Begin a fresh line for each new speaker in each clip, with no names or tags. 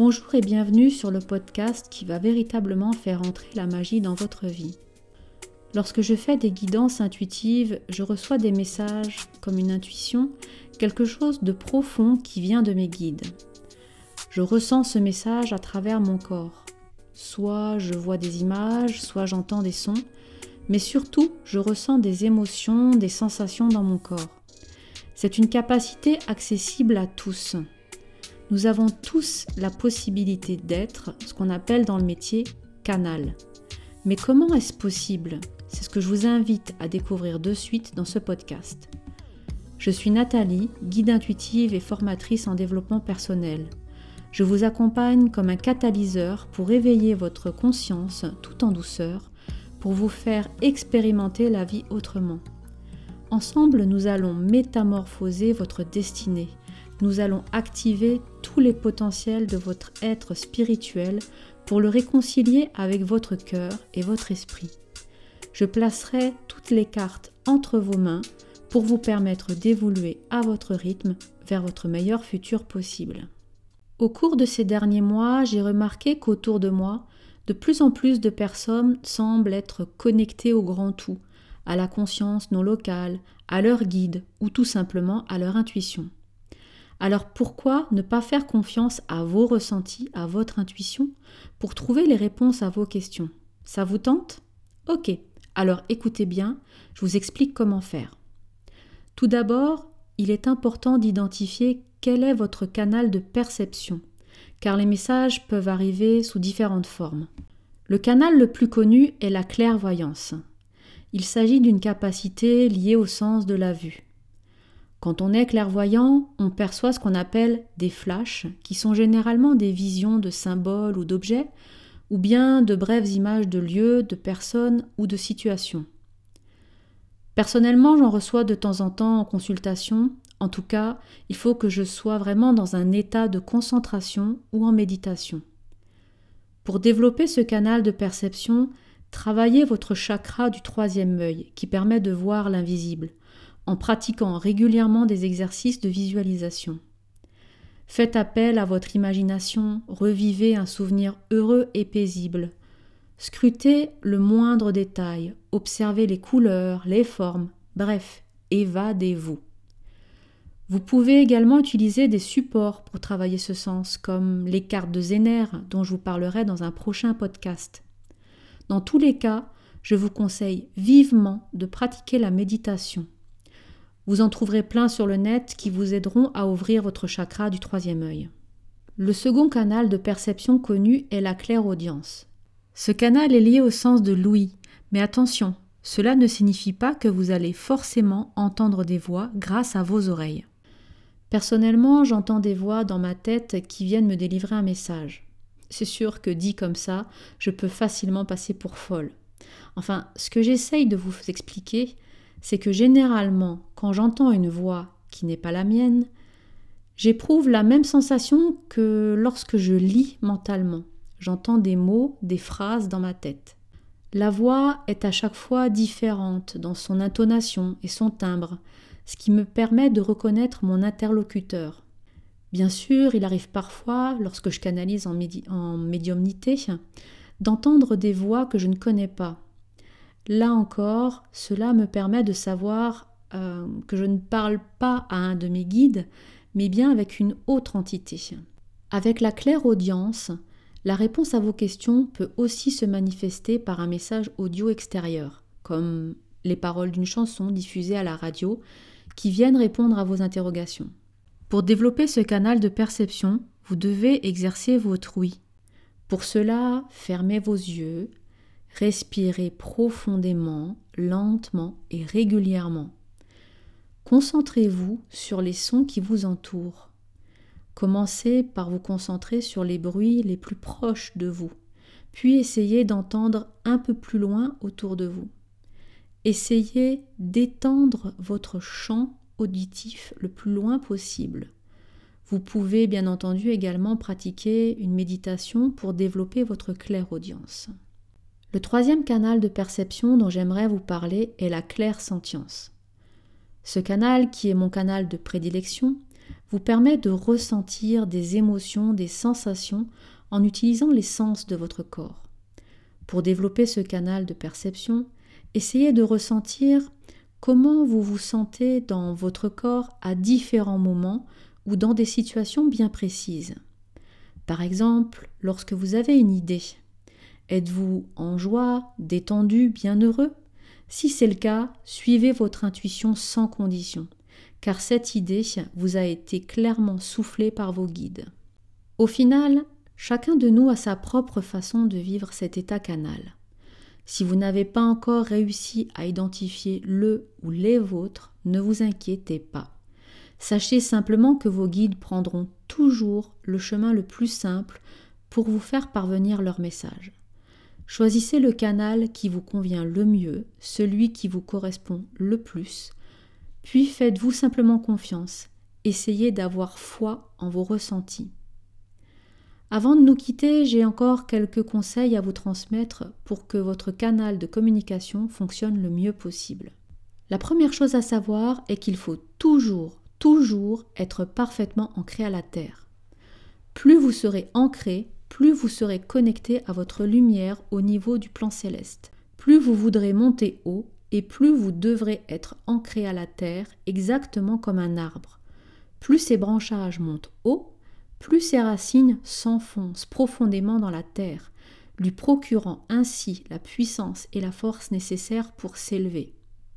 Bonjour et bienvenue sur le podcast qui va véritablement faire entrer la magie dans votre vie. Lorsque je fais des guidances intuitives, je reçois des messages comme une intuition, quelque chose de profond qui vient de mes guides. Je ressens ce message à travers mon corps. Soit je vois des images, soit j'entends des sons, mais surtout je ressens des émotions, des sensations dans mon corps. C'est une capacité accessible à tous. Nous avons tous la possibilité d'être ce qu'on appelle dans le métier canal. Mais comment est-ce possible ? C'est ce que je vous invite à découvrir de suite dans ce podcast. Je suis Nathalie, guide intuitive et formatrice en développement personnel. Je vous accompagne comme un catalyseur pour éveiller votre conscience tout en douceur, pour vous faire expérimenter la vie autrement. Ensemble, nous allons métamorphoser votre destinée. Nous allons activer tous les potentiels de votre être spirituel pour le réconcilier avec votre cœur et votre esprit. Je placerai toutes les cartes entre vos mains pour vous permettre d'évoluer à votre rythme vers votre meilleur futur possible. Au cours de ces derniers mois, j'ai remarqué qu'autour de moi, de plus en plus de personnes semblent être connectées au grand tout, à la conscience non locale, à leur guide ou tout simplement à leur intuition. Alors pourquoi ne pas faire confiance à vos ressentis, à votre intuition, pour trouver les réponses à vos questions ? Ça vous tente ? Ok, alors écoutez bien, je vous explique comment faire. Tout d'abord, il est important d'identifier quel est votre canal de perception, car les messages peuvent arriver sous différentes formes. Le canal le plus connu est la clairvoyance. Il s'agit d'une capacité liée au sens de la vue. Quand on est clairvoyant, on perçoit ce qu'on appelle des flashs, qui sont généralement des visions de symboles ou d'objets, ou bien de brèves images de lieux, de personnes ou de situations. Personnellement, j'en reçois de temps en temps en consultation. En tout cas, il faut que je sois vraiment dans un état de concentration ou en méditation. Pour développer ce canal de perception, travaillez votre chakra du troisième œil, qui permet de voir l'invisible, en pratiquant régulièrement des exercices de visualisation. Faites appel à votre imagination, revivez un souvenir heureux et paisible. Scrutez le moindre détail, observez les couleurs, les formes, bref, évadez-vous. Vous pouvez également utiliser des supports pour travailler ce sens, comme les cartes de Zener, dont je vous parlerai dans un prochain podcast. Dans tous les cas, je vous conseille vivement de pratiquer la méditation. Vous en trouverez plein sur le net qui vous aideront à ouvrir votre chakra du troisième œil. Le second canal de perception connu est la clairaudience. Ce canal est lié au sens de l'ouïe, mais attention, cela ne signifie pas que vous allez forcément entendre des voix grâce à vos oreilles. Personnellement, j'entends des voix dans ma tête qui viennent me délivrer un message. C'est sûr que dit comme ça, je peux facilement passer pour folle. Enfin, ce que j'essaye de vous expliquer, c'est que généralement, quand j'entends une voix qui n'est pas la mienne, j'éprouve la même sensation que lorsque je lis mentalement. J'entends des mots, des phrases dans ma tête. La voix est à chaque fois différente dans son intonation et son timbre, ce qui me permet de reconnaître mon interlocuteur. Bien sûr, il arrive parfois, lorsque je canalise en médiumnité, d'entendre des voix que je ne connais pas. Là encore, cela me permet de savoir que je ne parle pas à un de mes guides, mais bien avec une autre entité. Avec la clairaudience, la réponse à vos questions peut aussi se manifester par un message audio extérieur, comme les paroles d'une chanson diffusée à la radio, qui viennent répondre à vos interrogations. Pour développer ce canal de perception, vous devez exercer votre ouïe. Pour cela, fermez vos yeux, respirez profondément, lentement et régulièrement. Concentrez-vous sur les sons qui vous entourent. Commencez par vous concentrer sur les bruits les plus proches de vous, puis essayez d'entendre un peu plus loin autour de vous. Essayez d'étendre votre champ auditif le plus loin possible. Vous pouvez bien entendu également pratiquer une méditation pour développer votre clairaudience. Le troisième canal de perception dont j'aimerais vous parler est la clairsentience. Ce canal, qui est mon canal de prédilection, vous permet de ressentir des émotions, des sensations en utilisant les sens de votre corps. Pour développer ce canal de perception, essayez de ressentir comment vous vous sentez dans votre corps à différents moments ou dans des situations bien précises. Par exemple, lorsque vous avez une idée, êtes-vous en joie, détendu, bien heureux ? Si c'est le cas, suivez votre intuition sans condition, car cette idée vous a été clairement soufflée par vos guides. Au final, chacun de nous a sa propre façon de vivre cet état canal. Si vous n'avez pas encore réussi à identifier le ou les vôtres, ne vous inquiétez pas. Sachez simplement que vos guides prendront toujours le chemin le plus simple pour vous faire parvenir leur message. Choisissez le canal qui vous convient le mieux, celui qui vous correspond le plus, puis faites-vous simplement confiance. Essayez d'avoir foi en vos ressentis. Avant de nous quitter, j'ai encore quelques conseils à vous transmettre pour que votre canal de communication fonctionne le mieux possible. La première chose à savoir est qu'il faut toujours être parfaitement ancré à la terre. Plus vous serez ancré, plus vous serez connecté à votre lumière au niveau du plan céleste. Plus vous voudrez monter haut et plus vous devrez être ancré à la terre exactement comme un arbre. Plus ses branchages montent haut, plus ses racines s'enfoncent profondément dans la terre, lui procurant ainsi la puissance et la force nécessaires pour s'élever.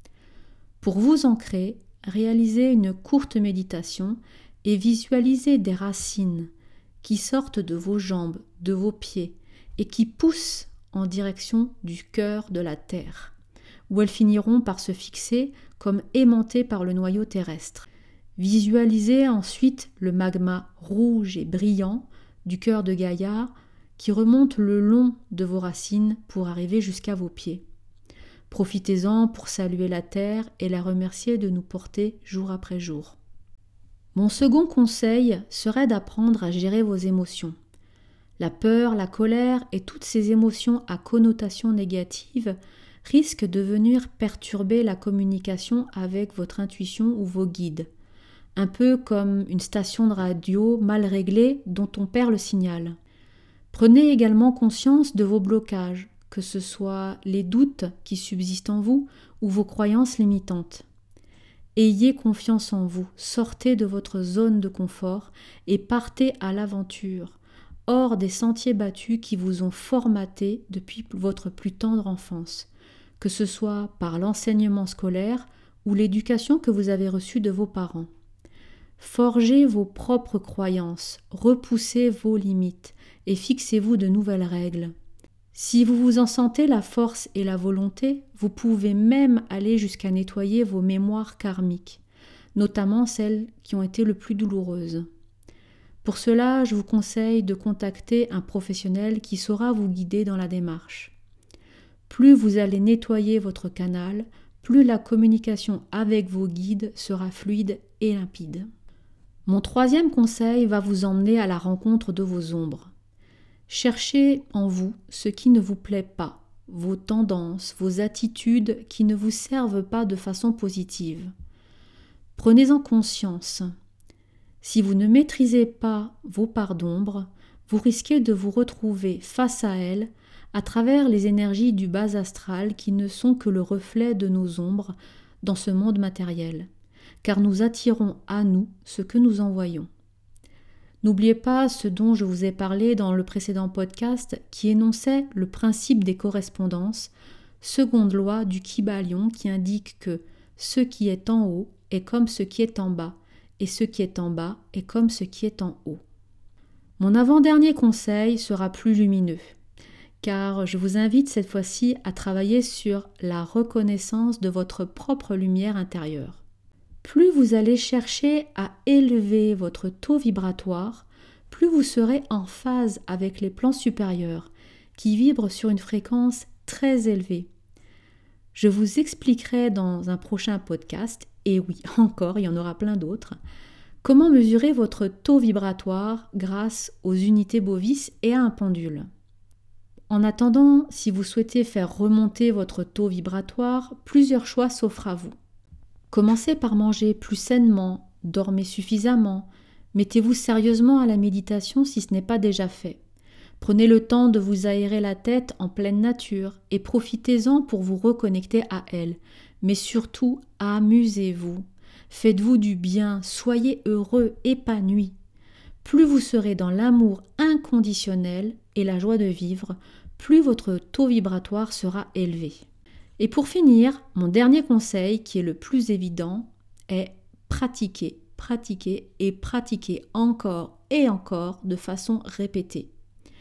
Pour vous ancrer, réalisez une courte méditation et visualisez des racines qui sortent de vos jambes, de vos pieds et qui poussent en direction du cœur de la terre, où elles finiront par se fixer comme aimantées par le noyau terrestre. Visualisez ensuite le magma rouge et brillant du cœur de Gaïa qui remonte le long de vos racines pour arriver jusqu'à vos pieds. Profitez-en pour saluer la terre et la remercier de nous porter jour après jour. Mon second conseil serait d'apprendre à gérer vos émotions. La peur, la colère et toutes ces émotions à connotation négative risquent de venir perturber la communication avec votre intuition ou vos guides. Un peu comme une station de radio mal réglée dont on perd le signal. Prenez également conscience de vos blocages, que ce soit les doutes qui subsistent en vous ou vos croyances limitantes. Ayez confiance en vous, sortez de votre zone de confort et partez à l'aventure, hors des sentiers battus qui vous ont formaté depuis votre plus tendre enfance, que ce soit par l'enseignement scolaire ou l'éducation que vous avez reçue de vos parents. Forgez vos propres croyances, repoussez vos limites et fixez-vous de nouvelles règles. Si vous vous en sentez la force et la volonté, vous pouvez même aller jusqu'à nettoyer vos mémoires karmiques, notamment celles qui ont été le plus douloureuses. Pour cela, je vous conseille de contacter un professionnel qui saura vous guider dans la démarche. Plus vous allez nettoyer votre canal, plus la communication avec vos guides sera fluide et limpide. Mon troisième conseil va vous emmener à la rencontre de vos ombres. Cherchez en vous ce qui ne vous plaît pas, vos tendances, vos attitudes qui ne vous servent pas de façon positive. Prenez-en conscience. Si vous ne maîtrisez pas vos parts d'ombre, vous risquez de vous retrouver face à elles à travers les énergies du bas astral qui ne sont que le reflet de nos ombres dans ce monde matériel, car nous attirons à nous ce que nous envoyons. N'oubliez pas ce dont je vous ai parlé dans le précédent podcast qui énonçait le principe des correspondances, seconde loi du Kybalion qui indique que ce qui est en haut est comme ce qui est en bas et ce qui est en bas est comme ce qui est en haut. Mon avant-dernier conseil sera plus lumineux, car je vous invite cette fois-ci à travailler sur la reconnaissance de votre propre lumière intérieure. Plus vous allez chercher à élever votre taux vibratoire, plus vous serez en phase avec les plans supérieurs, qui vibrent sur une fréquence très élevée. Je vous expliquerai dans un prochain podcast, et oui, encore, il y en aura plein d'autres, comment mesurer votre taux vibratoire grâce aux unités Bovis et à un pendule. En attendant, si vous souhaitez faire remonter votre taux vibratoire, plusieurs choix s'offrent à vous. Commencez par manger plus sainement, dormez suffisamment, mettez-vous sérieusement à la méditation si ce n'est pas déjà fait. Prenez le temps de vous aérer la tête en pleine nature et profitez-en pour vous reconnecter à elle. Mais surtout, amusez-vous. Faites-vous du bien, soyez heureux, épanouis. Plus vous serez dans l'amour inconditionnel et la joie de vivre, plus votre taux vibratoire sera élevé. Et pour finir, mon dernier conseil, qui est le plus évident, est pratiquer, pratiquer et pratiquer encore et encore de façon répétée.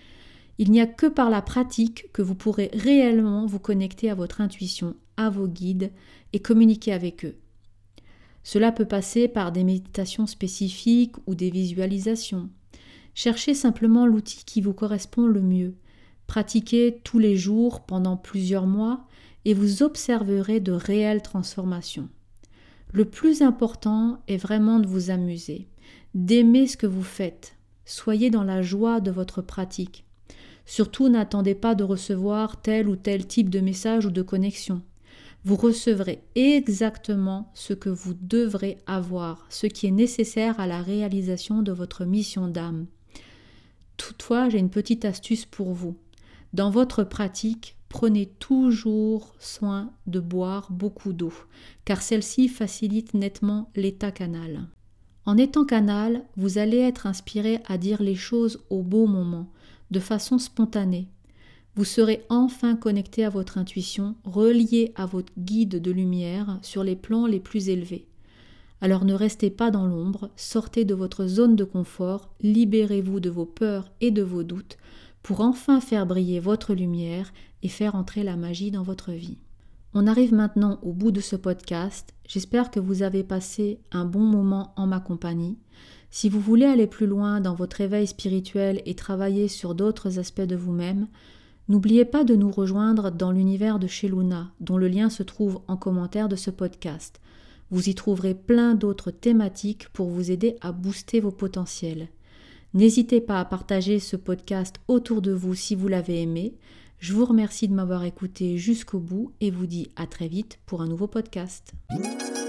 Il n'y a que par la pratique que vous pourrez réellement vous connecter à votre intuition, à vos guides et communiquer avec eux. Cela peut passer par des méditations spécifiques ou des visualisations. Cherchez simplement l'outil qui vous correspond le mieux. Pratiquez tous les jours pendant plusieurs mois et vous observerez de réelles transformations. Le plus important est vraiment de vous amuser, d'aimer ce que vous faites. Soyez dans la joie de votre pratique. Surtout, n'attendez pas de recevoir tel ou tel type de message ou de connexion. Vous recevrez exactement ce que vous devrez avoir, ce qui est nécessaire à la réalisation de votre mission d'âme. Toutefois, j'ai une petite astuce pour vous. Dans votre pratique, prenez toujours soin de boire beaucoup d'eau, car celle-ci facilite nettement l'état canal. En étant canal, vous allez être inspiré à dire les choses au bon moment, de façon spontanée. Vous serez enfin connecté à votre intuition, relié à votre guide de lumière sur les plans les plus élevés. Alors ne restez pas dans l'ombre, sortez de votre zone de confort, libérez-vous de vos peurs et de vos doutes pour enfin faire briller votre lumière et faire entrer la magie dans votre vie. On arrive maintenant au bout de ce podcast. J'espère que vous avez passé un bon moment en ma compagnie. Si vous voulez aller plus loin dans votre éveil spirituel et travailler sur d'autres aspects de vous-même, n'oubliez pas de nous rejoindre dans l'univers de chez Luna, dont le lien se trouve en commentaire de ce podcast. Vous y trouverez plein d'autres thématiques pour vous aider à booster vos potentiels. N'hésitez pas à partager ce podcast autour de vous si vous l'avez aimé. Je vous remercie de m'avoir écouté jusqu'au bout et vous dis à très vite pour un nouveau podcast.